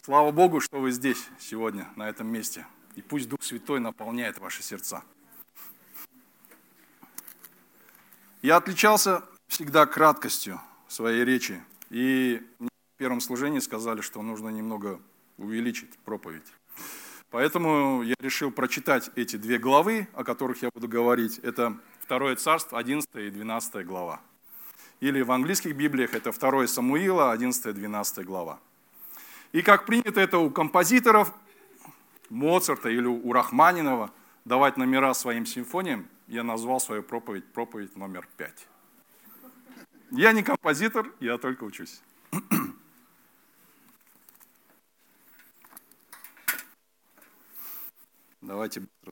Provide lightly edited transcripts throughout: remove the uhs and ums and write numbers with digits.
Слава Богу, что вы здесь сегодня, на этом месте. И пусть Дух Святой наполняет ваши сердца. Я отличался всегда краткостью своей речи. И мне в первом служении сказали, что нужно немного увеличить проповедь. Поэтому я решил прочитать эти две главы, о которых я буду говорить. Это 2 Царство, 11 и 12 глава. Или в английских Библиях это 2 Самуила, 11-12 глава. И как принято это у композиторов, Моцарта или у Рахманинова, давать номера своим симфониям, я назвал свою проповедь номер 5. Я не композитор, я только учусь. Давайте быстро.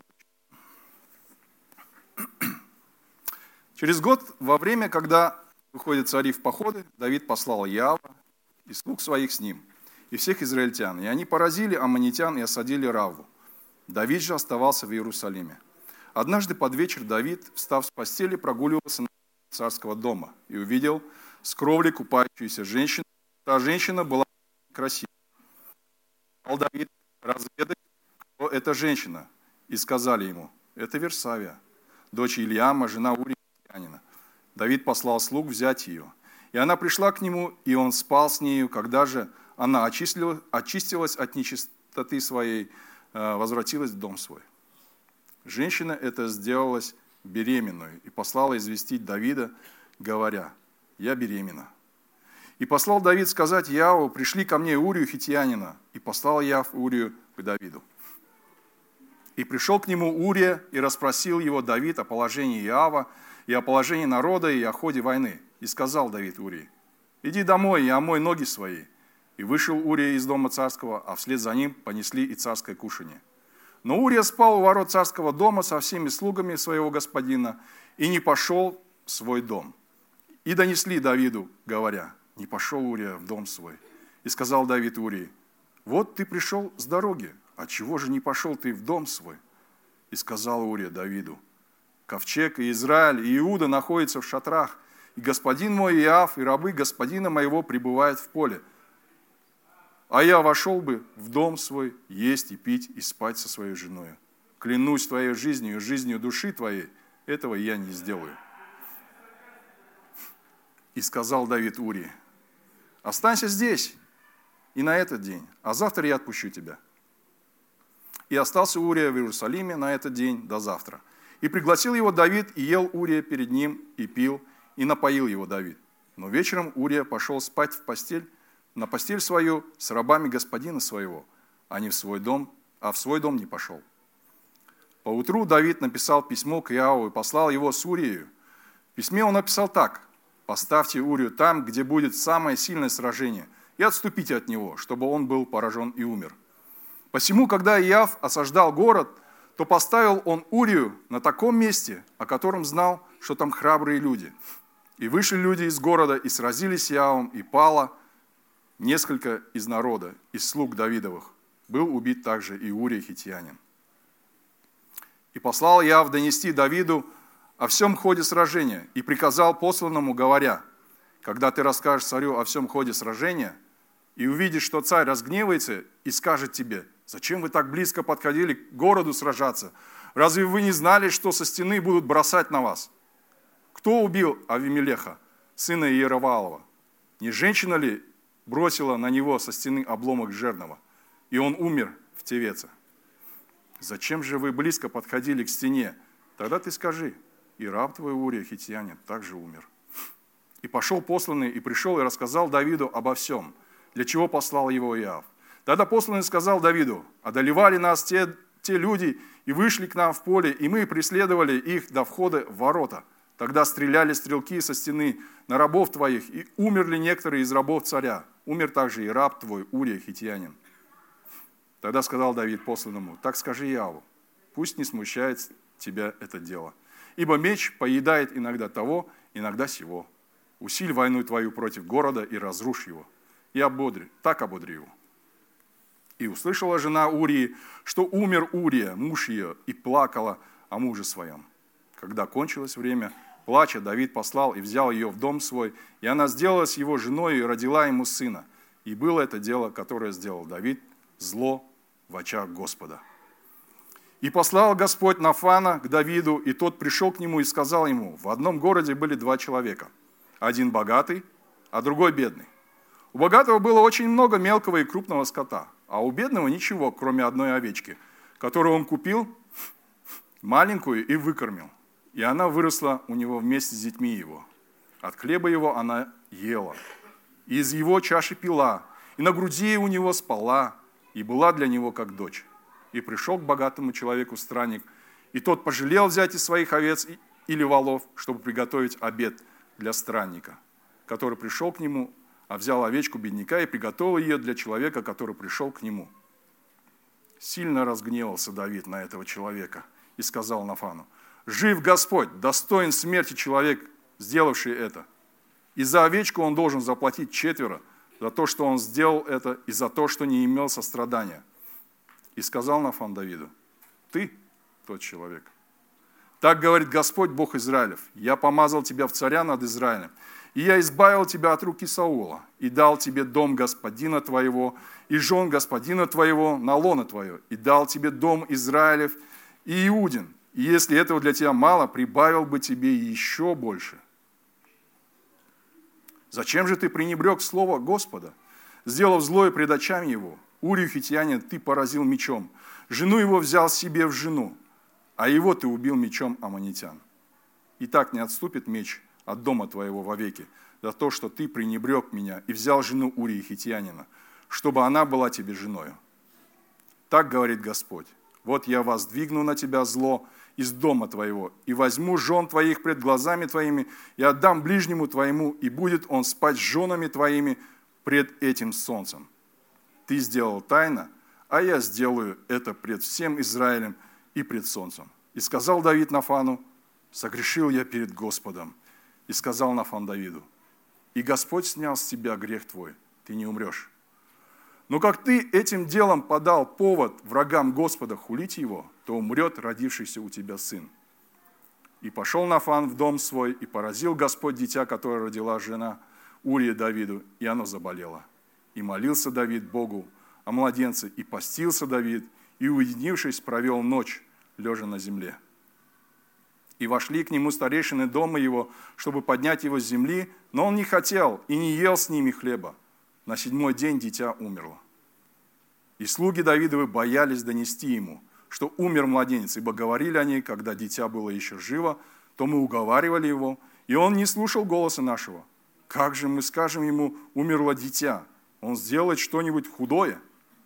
Через год, во время, когда выходят цари в походы, Давид послал Иоава и слуг своих с ним, и всех израильтян. И они поразили аммонитян и осадили Равву. Давид же оставался в Иерусалиме. Однажды под вечер Давид, встав с постели, прогуливался на царского дома и увидел с кровли купающуюся женщину. Та женщина была красива. Стал Давид разведать, кто эта женщина, и сказали ему: это Версавия, дочь Ильяма, жена Урии хиттянина. Давид послал слуг взять ее. И она пришла к нему, и он спал с нею. Когда же она очистилась от нечистоты своей, возвратилась в дом свой. Женщина эта сделалась беременной и послала известить Давида, говоря: я беременна. И послал Давид сказать Иоаву: пришли ко мне Урию хиттянина. И послал Иоав Урию к Давиду. И пришел к нему Урия, и расспросил его Давид о положении Иоава, и о положении народа, и о ходе войны. И сказал Давид Урии: иди домой и омой ноги свои. И вышел Урия из дома царского, а вслед за ним понесли и царское кушанье. Но Урия спал у ворот царского дома со всеми слугами своего господина и не пошел в свой дом. И донесли Давиду, говоря: не пошел Урия в дом свой. И сказал Давид Урии: вот ты пришел с дороги, отчего же не пошел ты в дом свой? И сказал Урия Давиду: ковчег и Израиль, и Иуда находятся в шатрах, и господин мой Иоав, и рабы господина моего пребывают в поле. А я вошел бы в дом свой, есть и пить, и спать со своей женой. Клянусь твоей жизнью и жизнью души твоей, этого я не сделаю. И сказал Давид Урии: останься здесь и на этот день, а завтра я отпущу тебя. И остался Урия в Иерусалиме на этот день до завтра. И пригласил его Давид, и ел Урия перед ним, и пил, и напоил его Давид. Но вечером Урия пошел спать на постель свою с рабами господина своего, а в свой дом не пошел. Поутру Давид написал письмо к Иоаву и послал его с Урией. В письме он написал так: поставьте Урию там, где будет самое сильное сражение, и отступите от него, чтобы он был поражен и умер. Посему, когда Иоав осаждал город, то поставил он Урию на таком месте, о котором знал, что там храбрые люди. И вышли люди из города, и сразились с Иоавом, и пало несколько из народа, из слуг Давидовых. Был убит также и Урия хиттянин. И послал Иоав донести Давиду о всем ходе сражения, и приказал посланному, говоря: когда ты расскажешь царю о всем ходе сражения, и увидишь, что царь разгневается и скажет тебе: зачем вы так близко подходили к городу сражаться? Разве вы не знали, что со стены будут бросать на вас? Кто убил Авимелеха, сына Иероваалова? Не женщина ли бросила на него со стены обломок жернова, и он умер в Тевеце? Зачем же вы близко подходили к стене? Тогда ты скажи: и раб твой Урия хиттянин также умер. И пошел посланный, и пришел, и рассказал Давиду обо всем, для чего послал его Иоав. Тогда посланный сказал Давиду: одолевали нас те люди, и вышли к нам в поле, и мы преследовали их до входа в ворота. Тогда стреляли стрелки со стены на рабов твоих, и умерли некоторые из рабов царя. Умер также и раб твой Урия хиттянин. Тогда сказал Давид посланному: так скажи Иоаву, пусть не смущает тебя это дело. Ибо меч поедает иногда того, иногда сего. Усиль войну твою против города и разрушь его. И ободри его. И услышала жена Урии, что умер Урия, муж ее, и плакала о муже своем. Когда кончилось время плача, Давид послал и взял ее в дом свой, и она сделалась его женой и родила ему сына. И было это дело, которое сделал Давид, зло в очах Господа. И послал Господь Нафана к Давиду, и тот пришел к нему и сказал ему: в одном городе были два человека, один богатый, а другой бедный. У богатого было очень много мелкого и крупного скота, а у бедного ничего, кроме одной овечки, которую он купил, маленькую, и выкормил. И она выросла у него вместе с детьми его. От хлеба его она ела, и из его чаши пила, и на груди у него спала, и была для него как дочь. И пришел к богатому человеку странник, и тот пожалел взять из своих овец или волов, чтобы приготовить обед для странника, который пришел к нему, а взял овечку бедняка и приготовил ее для человека, который пришел к нему. Сильно разгневался Давид на этого человека и сказал Нафану: «Жив Господь, достоин смерти человек, сделавший это. И за овечку он должен заплатить 4 за то, что он сделал это, и за то, что не имел сострадания». И сказал Нафан Давиду: «Ты тот человек. Так говорит Господь, Бог Израилев: я помазал тебя в царя над Израилем, и я избавил тебя от руки Саула, и дал тебе дом господина твоего, и жен господина твоего на лоно твое, и дал тебе дом Израилев и Иудин, и если этого для тебя мало, прибавил бы тебе еще больше. Зачем же ты пренебрег слово Господа, сделав злое пред очами его? Урию хиттянина ты поразил мечом, жену его взял себе в жену, а его ты убил мечом аммонитян. И так не отступит меч от дома твоего вовеки за то, что ты пренебрег меня и взял жену Урии хиттянина, чтобы она была тебе женою. Так говорит Господь: вот я воздвигну на тебя зло из дома твоего, и возьму жен твоих пред глазами твоими, и отдам ближнему твоему, и будет он спать с женами твоими пред этим солнцем. Ты сделал тайно, а я сделаю это пред всем Израилем и пред солнцем. И сказал Давид Нафану: согрешил я перед Господом. И сказал Нафан Давиду: и Господь снял с тебя грех твой, ты не умрешь. Но как ты этим делом подал повод врагам Господа хулить его, то умрет родившийся у тебя сын. И пошел Нафан в дом свой, и поразил Господь дитя, которое родила жена Урия Давиду, и оно заболело. И молился Давид Богу о младенце, и постился Давид, и, уединившись, провел ночь, лежа на земле. И вошли к нему старейшины дома его, чтобы поднять его с земли, но он не хотел и не ел с ними хлеба. На 7-й день дитя умерло. И слуги Давидовы боялись донести ему, что умер младенец, ибо говорили они, когда дитя было еще живо, то мы уговаривали его, и он не слушал голоса нашего. Как же мы скажем ему: умерло дитя? Он сделает что-нибудь худое?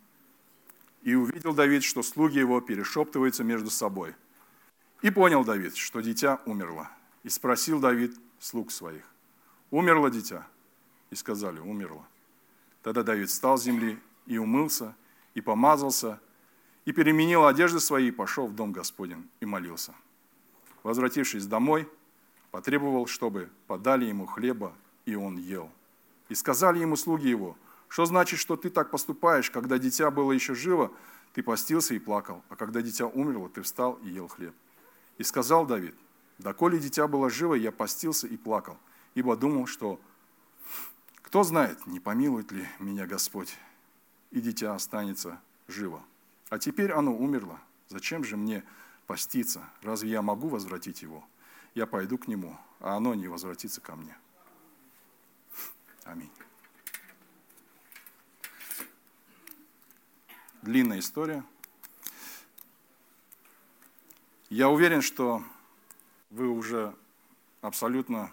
И увидел Давид, что слуги его перешептываются между собой. И понял Давид, что дитя умерло. И спросил Давид слуг своих: умерло дитя? И сказали: умерло. Тогда Давид встал с земли и умылся, и помазался, и переменил одежды свои, и пошел в дом Господень, и молился. Возвратившись домой, потребовал, чтобы подали ему хлеба, и он ел. И сказали ему слуги его: что значит, что ты так поступаешь? Когда дитя было еще живо, ты постился и плакал, а когда дитя умерло, ты встал и ел хлеб. И сказал Давид: доколе дитя было живо, я постился и плакал, ибо думал, что кто знает, не помилует ли меня Господь, и дитя останется живо. А теперь оно умерло. Зачем же мне поститься? Разве я могу возвратить его? Я пойду к нему, а оно не возвратится ко мне. Аминь. Длинная история. Я уверен, что вы уже абсолютно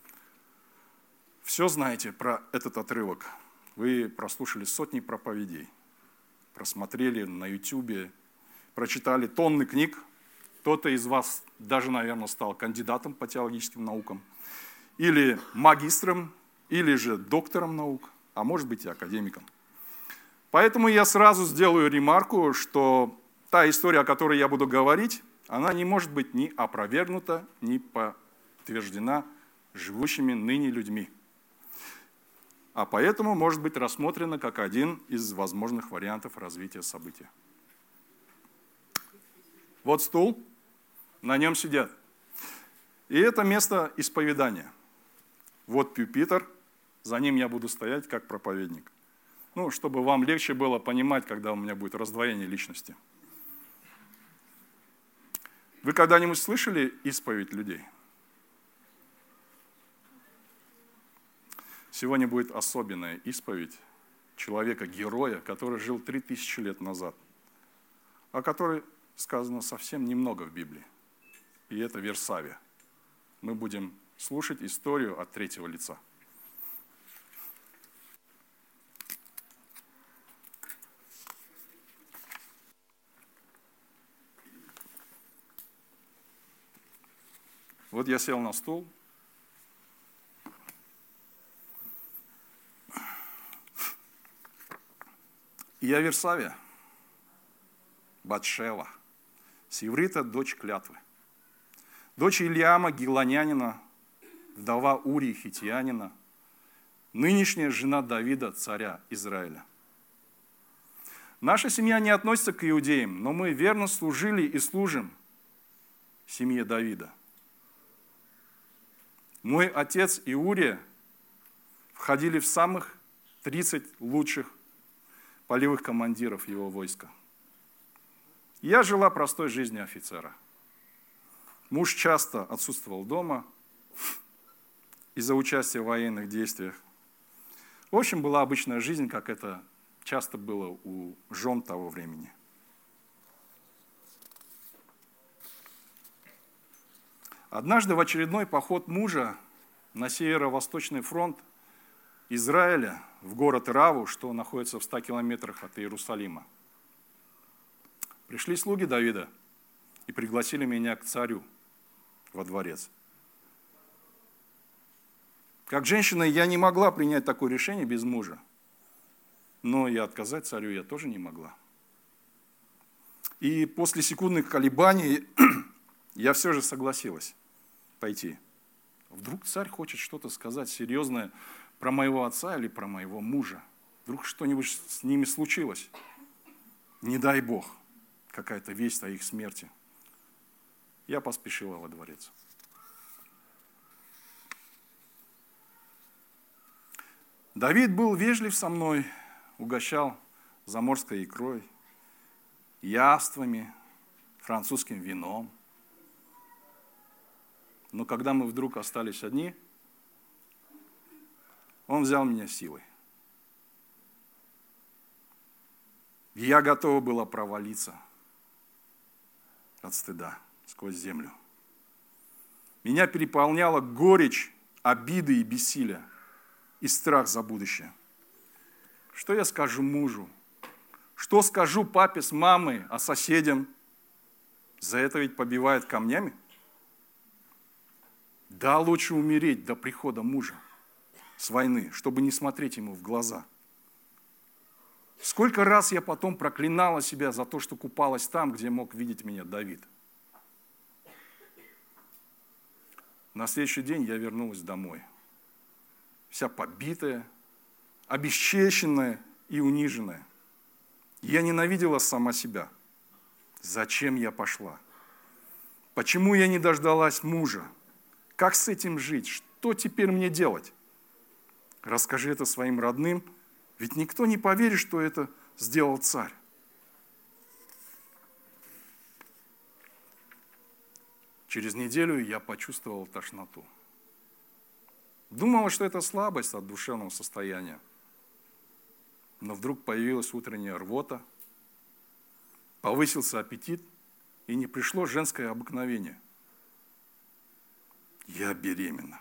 все знаете про этот отрывок. Вы прослушали сотни проповедей, просмотрели на YouTube, прочитали тонны книг. Кто-то из вас даже, наверное, стал кандидатом по теологическим наукам, или магистром, или же доктором наук, а может быть и академиком. Поэтому я сразу сделаю ремарку, что та история, о которой я буду говорить, она не может быть ни опровергнута, ни подтверждена живущими ныне людьми. А поэтому может быть рассмотрена как один из возможных вариантов развития события. Вот стул, на нем сидят. И это место исповедания. Вот пюпитр, за ним я буду стоять как проповедник. Чтобы вам легче было понимать, когда у меня будет раздвоение личности. Вы когда-нибудь слышали исповедь людей? Сегодня будет особенная исповедь человека-героя, который жил 3000 лет назад, о которой сказано совсем немного в Библии. И это Версавия. Мы будем слушать историю от третьего лица. Вот я сел на стул. И я Версавия, Батшева, с иврита дочь клятвы, дочь Ильяма Гилонянина, вдова Урии Хитьянина, нынешняя жена Давида, царя Израиля. Наша семья не относится к иудеям, но мы верно служили и служим семье Давида. Мой отец и Урия входили в самых 30 лучших полевых командиров его войска. Я жила простой жизнью офицера. Муж часто отсутствовал дома из-за участия в военных действиях. В общем, была обычная жизнь, как это часто было у жен того времени. Однажды в очередной поход мужа на северо-восточный фронт Израиля в город Раву, что находится в 100 километрах от Иерусалима, пришли слуги Давида и пригласили меня к царю во дворец. Как женщина я не могла принять такое решение без мужа, но и отказать царю я тоже не могла. И после секундных колебаний я все же согласилась пойти. Вдруг царь хочет что-то сказать серьезное про моего отца или про моего мужа. Вдруг что-нибудь с ними случилось. Не дай Бог, какая-то весть о их смерти. Я поспешила во дворец. Давид был вежлив со мной, угощал заморской икрой, яствами, французским вином. Но когда мы вдруг остались одни, он взял меня силой. Я готова была провалиться от стыда сквозь землю. Меня переполняла горечь, обиды и бессилие, и страх за будущее. Что я скажу мужу? Что скажу папе с мамой, а соседям? За это ведь побивают камнями? Да, лучше умереть до прихода мужа с войны, чтобы не смотреть ему в глаза. Сколько раз я потом проклинала себя за то, что купалась там, где мог видеть меня Давид. На следующий день я вернулась домой. Вся побитая, обесчещенная и униженная. Я ненавидела сама себя. Зачем я пошла? Почему я не дождалась мужа? Как с этим жить? Что теперь мне делать? Расскажи это своим родным, ведь никто не поверит, что это сделал царь. Через неделю я почувствовал тошноту. Думала, что это слабость от душевного состояния. Но вдруг появилась утренняя рвота, повысился аппетит, и не пришло женское обыкновение. Я беременна.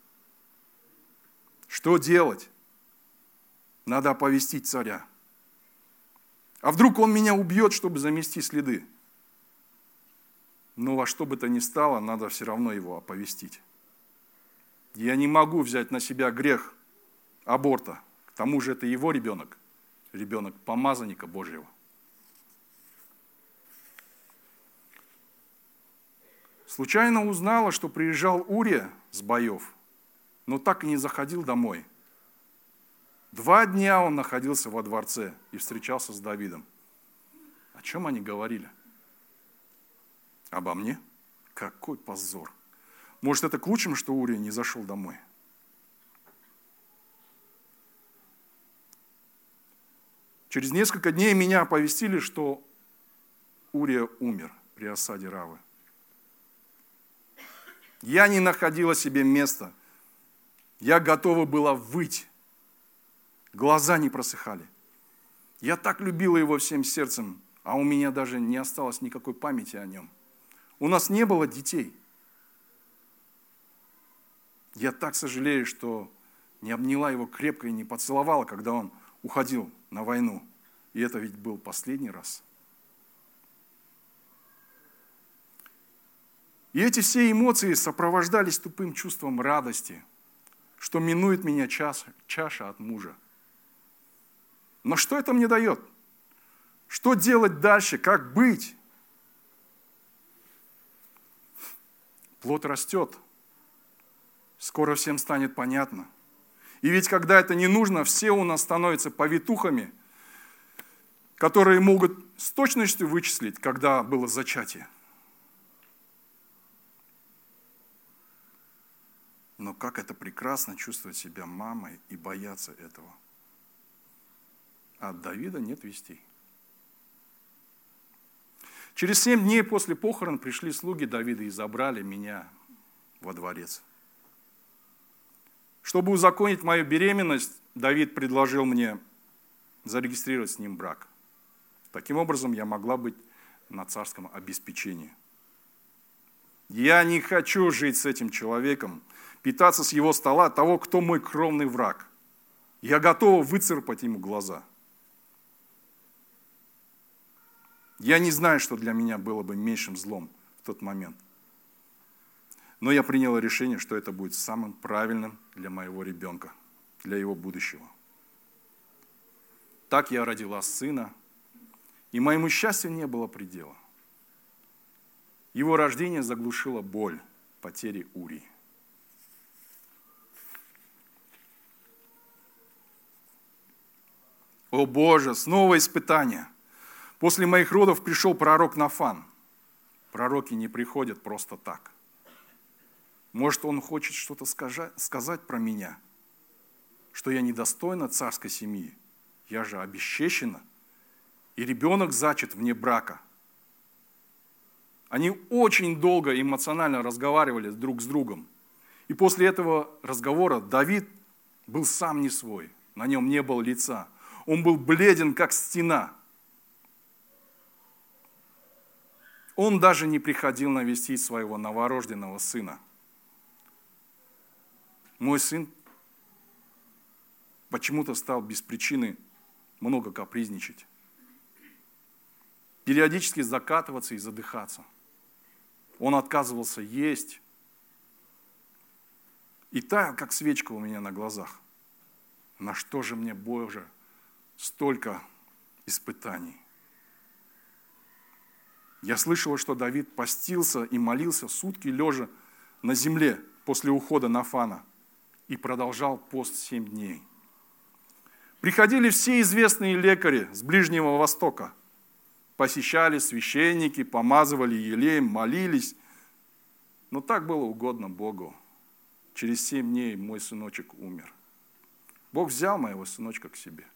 Что делать? Надо оповестить царя. А вдруг он меня убьет, чтобы замести следы? Но во что бы то ни стало, надо все равно его оповестить. Я не могу взять на себя грех аборта. К тому же это его ребенок, ребенок помазанника Божьего. Случайно узнала, что приезжал Урия с боев, но так и не заходил домой. 2 дня он находился во дворце и встречался с Давидом. О чем они говорили? Обо мне? Какой позор! Может, это к лучшему, что Урия не зашел домой? Через несколько дней меня оповестили, что Урия умер при осаде Равы. Я не находила себе места. Я готова была выть. Глаза не просыхали. Я так любила его всем сердцем, а у меня даже не осталось никакой памяти о нем. У нас не было детей. Я так сожалею, что не обняла его крепко и не поцеловала, когда он уходил на войну. И это ведь был последний раз. И эти все эмоции сопровождались тупым чувством радости, что минует меня чаша от мужа. Но что это мне дает? Что делать дальше? Как быть? Плод растет. Скоро всем станет понятно. И ведь когда это не нужно, все у нас становятся повитухами, которые могут с точностью вычислить, когда было зачатие. Но как это прекрасно чувствовать себя мамой и бояться этого. А от Давида нет вестей. Через 7 дней после похорон пришли слуги Давида и забрали меня во дворец. Чтобы узаконить мою беременность, Давид предложил мне зарегистрировать с ним брак. Таким образом, я могла быть на царском обеспечении. Я не хочу жить с этим человеком, питаться с его стола того, кто мой кровный враг. Я готова выцарапать ему глаза. Я не знаю, что для меня было бы меньшим злом в тот момент. Но я приняла решение, что это будет самым правильным для моего ребенка, для его будущего. Так я родила сына, и моему счастью не было предела. Его рождение заглушило боль потери Урии. О Боже, снова испытание. После моих родов пришел пророк Нафан. Пророки не приходят просто так. Может, он хочет что-то сказать про меня, что я недостойна царской семьи. Я же обесчещена, и ребенок зачат вне брака. Они очень долго эмоционально разговаривали друг с другом. И после этого разговора Давид был сам не свой. На нем не было лица. Он был бледен, как стена. Он даже не приходил навестить своего новорожденного сына. Мой сын почему-то стал без причины много капризничать. Периодически закатываться и задыхаться. Он отказывался есть. И таял, как свечка у меня на глазах. На что же мне, Боже, столько испытаний? Я слышала, что Давид постился и молился сутки лежа на земле после ухода Нафана и продолжал пост 7 дней. Приходили все известные лекари с Ближнего Востока, посещали священники, помазывали елеем, молились. Но так было угодно Богу. Через 7 дней мой сыночек умер. Бог взял моего сыночка к себе.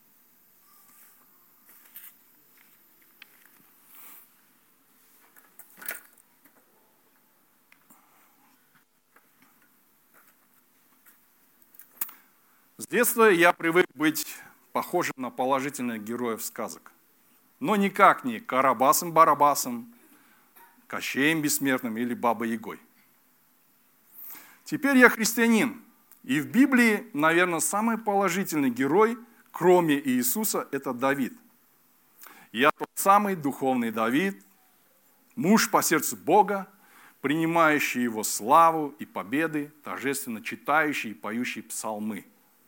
С детства я привык быть похожим на положительных героев сказок. Но никак не Карабасом-Барабасом, Кощеем Бессмертным или Бабой-Ягой. Теперь я христианин. И в Библии, наверное, самый положительный герой, кроме Иисуса, это Давид. Я тот самый духовный Давид, муж по сердцу Бога, принимающий Его славу и победы, торжественно читающий и поющий псалмы,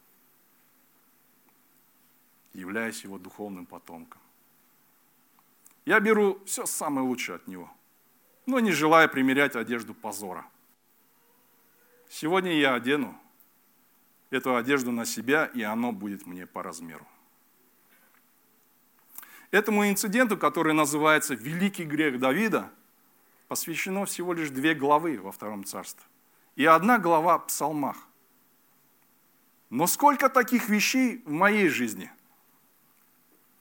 являясь Его духовным потомком. Я беру все самое лучшее от Него, но не желая примерять одежду позора. Сегодня я одену эту одежду на себя, и оно будет мне по размеру. Этому инциденту, который называется «Великий грех Давида», посвящено всего лишь 2 главы во Втором Царстве и 1 глава в Псалмах. Но сколько таких вещей в моей жизни?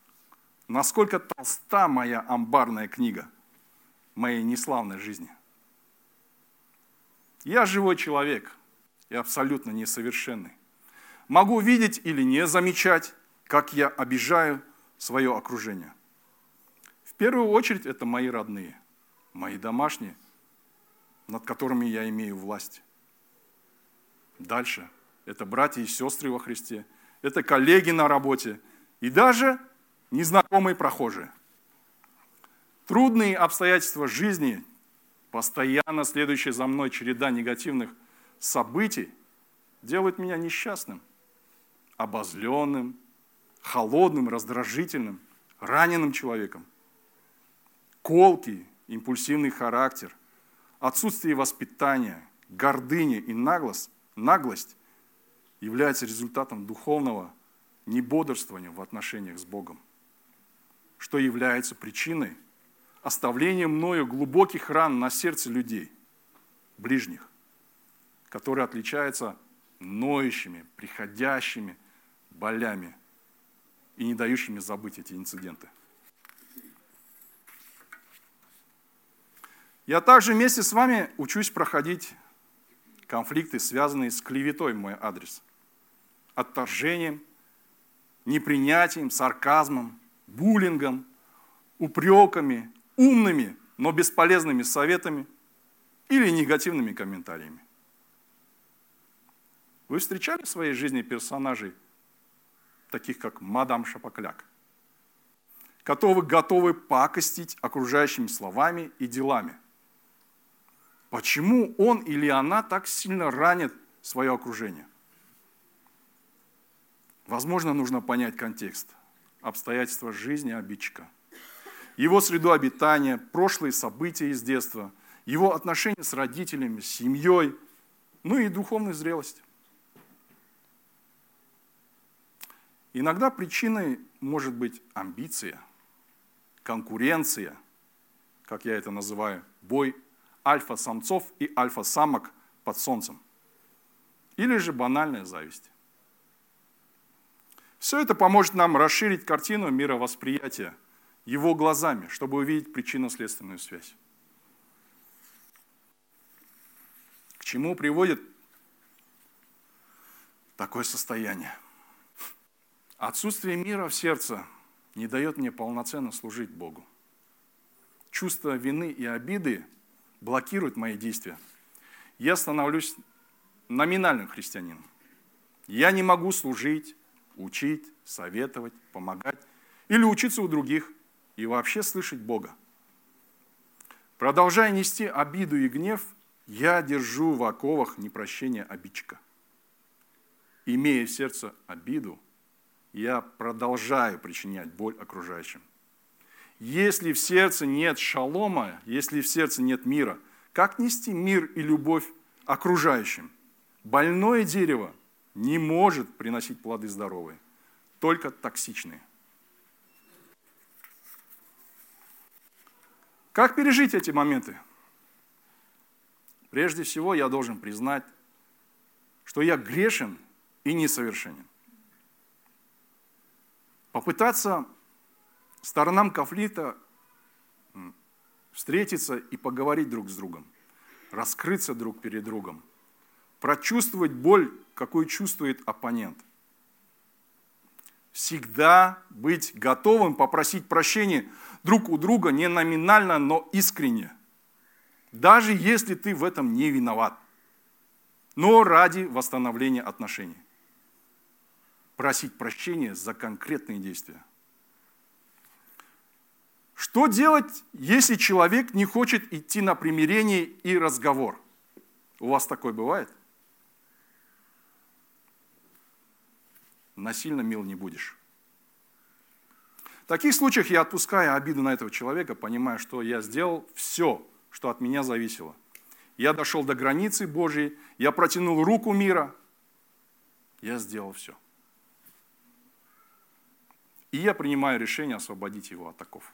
насколько толста моя амбарная книга моей неславной жизни. Я живой человек и абсолютно несовершенный. Могу видеть или не замечать, как я обижаю свое окружение. В первую очередь это мои родные, мои домашние, над которыми я имею власть. Дальше это братья и сестры во Христе, это коллеги на работе и даже незнакомые прохожие. Трудные обстоятельства жизни, постоянно следующая за мной череда негативных событий, делают меня несчастным, обозленным, холодным, раздражительным, раненым человеком. Колкий, импульсивный характер, отсутствие воспитания, гордыня и наглость являются результатом духовного небодрствования в отношениях с Богом, что является причиной оставления мною глубоких ран на сердце людей, ближних, которые отличаются ноющими, приходящими болями и не дающими забыть эти инциденты. Я также вместе с вами учусь проходить конфликты, связанные с клеветой в мой адрес, отторжением, непринятием, сарказмом, буллингом, упреками, умными, но бесполезными советами или негативными комментариями. Вы встречали в своей жизни персонажей, таких как мадам Шапокляк, которые готовы пакостить окружающими словами и делами? Почему он или она так сильно ранит свое окружение? Возможно, нужно понять контекст, обстоятельства жизни обидчика, его среду обитания, прошлые события из детства, его отношения с родителями, с семьей, ну и духовную зрелость. Иногда причиной может быть амбиция, конкуренция, как я это называю, бой альфа-самцов и альфа-самок под солнцем, или же банальная зависть. Все это поможет нам расширить картину мировосприятия его глазами, чтобы увидеть причинно-следственную связь. К чему приводит такое состояние? Отсутствие мира в сердце не дает мне полноценно служить Богу. Чувство вины и обиды блокируют мои действия. Я становлюсь номинальным христианином. Я не могу служить, учить, советовать, помогать или учиться у других и вообще слышать Бога. Продолжая нести обиду и гнев, я держу в оковах непрощения обидчика. Имея в сердце обиду, я продолжаю причинять боль окружающим. Если в сердце нет шалома, если в сердце нет мира, как нести мир и любовь окружающим? Больное дерево не может приносить плоды здоровые, только токсичные. Как пережить эти моменты? Прежде всего, я должен признать, что я грешен и несовершенен. Попытаться сторонам конфликта встретиться и поговорить друг с другом, раскрыться друг перед другом, прочувствовать боль, какую чувствует оппонент. Всегда быть готовым попросить прощения друг у друга не номинально, но искренне. Даже если ты в этом не виноват, но ради восстановления отношений. Просить прощения за конкретные действия. Что делать, если человек не хочет идти на примирение и разговор? У вас такое бывает? Насильно мил не будешь. В таких случаях я отпускаю обиду на этого человека, понимая, что я сделал все, что от меня зависело. Я дошел до границы Божьей, я протянул руку мира, я сделал все. И я принимаю решение освободить его от оков.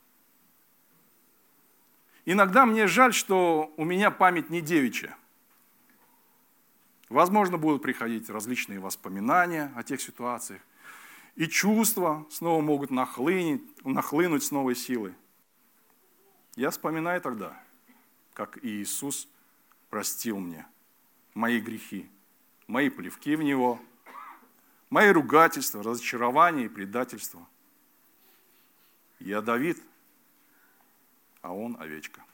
Иногда мне жаль, что у меня память не девичья. Возможно, будут приходить различные воспоминания о тех ситуациях. И чувства снова могут нахлынуть с новой силой. Я вспоминаю тогда, как Иисус простил мне мои грехи, мои плевки в Него, мои ругательства, разочарования и предательства. Я Давид, а он овечка.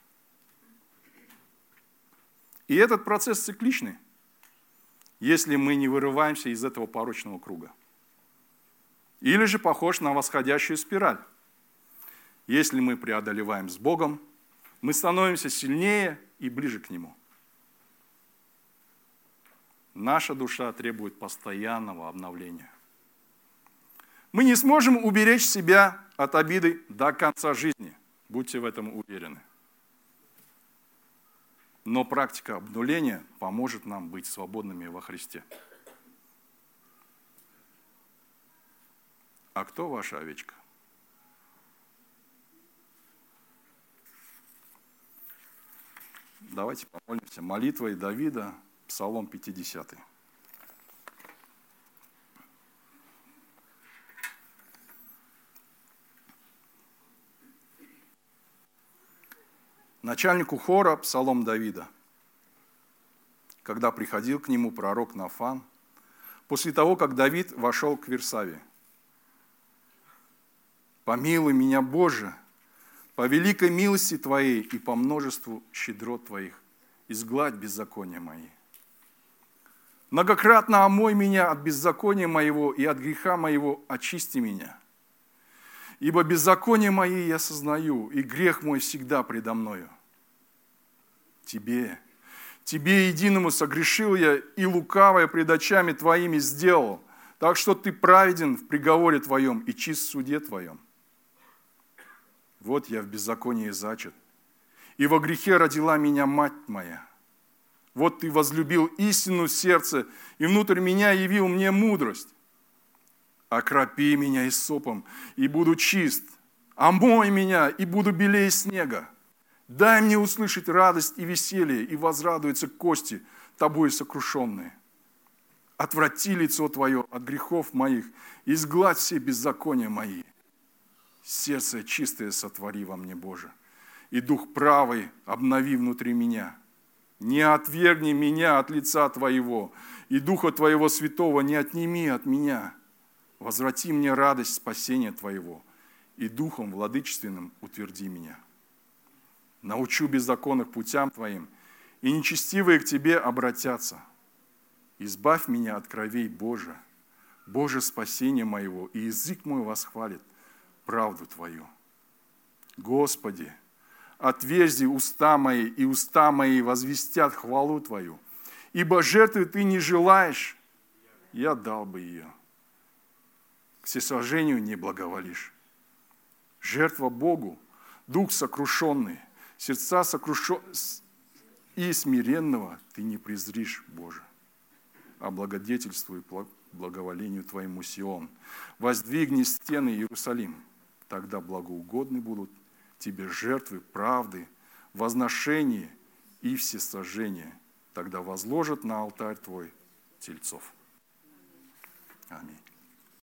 И этот процесс цикличный, если мы не вырываемся из этого порочного круга. Или же похож на восходящую спираль. Если мы преодолеваем с Богом, мы становимся сильнее и ближе к Нему. Наша душа требует постоянного обновления. Мы не сможем уберечь себя от обиды до конца жизни. Будьте в этом уверены. Но практика обнуления поможет нам быть свободными во Христе. А кто ваша овечка? Давайте помолимся молитвой Давида, Псалом 50. Начальнику хора Псалом Давида, когда приходил к нему пророк Нафан, после того, как Давид вошел к Вирсаве. «Помилуй меня, Боже, по великой милости Твоей и по множеству щедрот Твоих, изгладь беззакония мои. Многократно омой меня от беззакония моего и от греха моего очисти меня. Ибо беззаконие мои я сознаю, и грех мой всегда предо мною. Тебе единому согрешил я, и лукавое пред очами Твоими сделал, так что Ты праведен в приговоре Твоем и чист в суде Твоем. Вот я в беззаконии зачат, и во грехе родила меня мать моя. Вот Ты возлюбил истину в сердце, и внутрь меня явил мне мудрость. Окропи меня исопом, и буду чист. Омой меня, и буду белее снега. Дай мне услышать радость и веселье, и возрадуются кости, Тобой сокрушенные. Отврати лицо Твое от грехов моих, и изгладь все беззакония мои. Сердце чистое сотвори во мне, Боже, и дух правый обнови внутри меня. Не отвергни меня от лица Твоего, и Духа Твоего Святого не отними от меня. Возврати мне радость спасения Твоего, и Духом владычественным утверди меня. Научу беззаконных путям Твоим, и нечестивые к Тебе обратятся. Избавь меня от кровей, Боже, Боже, спасение моего, и язык мой восхвалит правду Твою. Господи, отверзи уста мои, и уста мои возвестят хвалу Твою. Ибо жертвы Ты не желаешь, я дал бы ее. К всесожжению не благоволишь. Жертва Богу, дух сокрушенный, сердца сокрушенные и смиренного Ты не презришь, Боже. Облагодетельствуй благоволению Твоему Сион. Воздвигни стены Иерусалим. Тогда благоугодны будут Тебе жертвы правды, возношения и всесожжения. Тогда возложат на алтарь Твой тельцов. Аминь.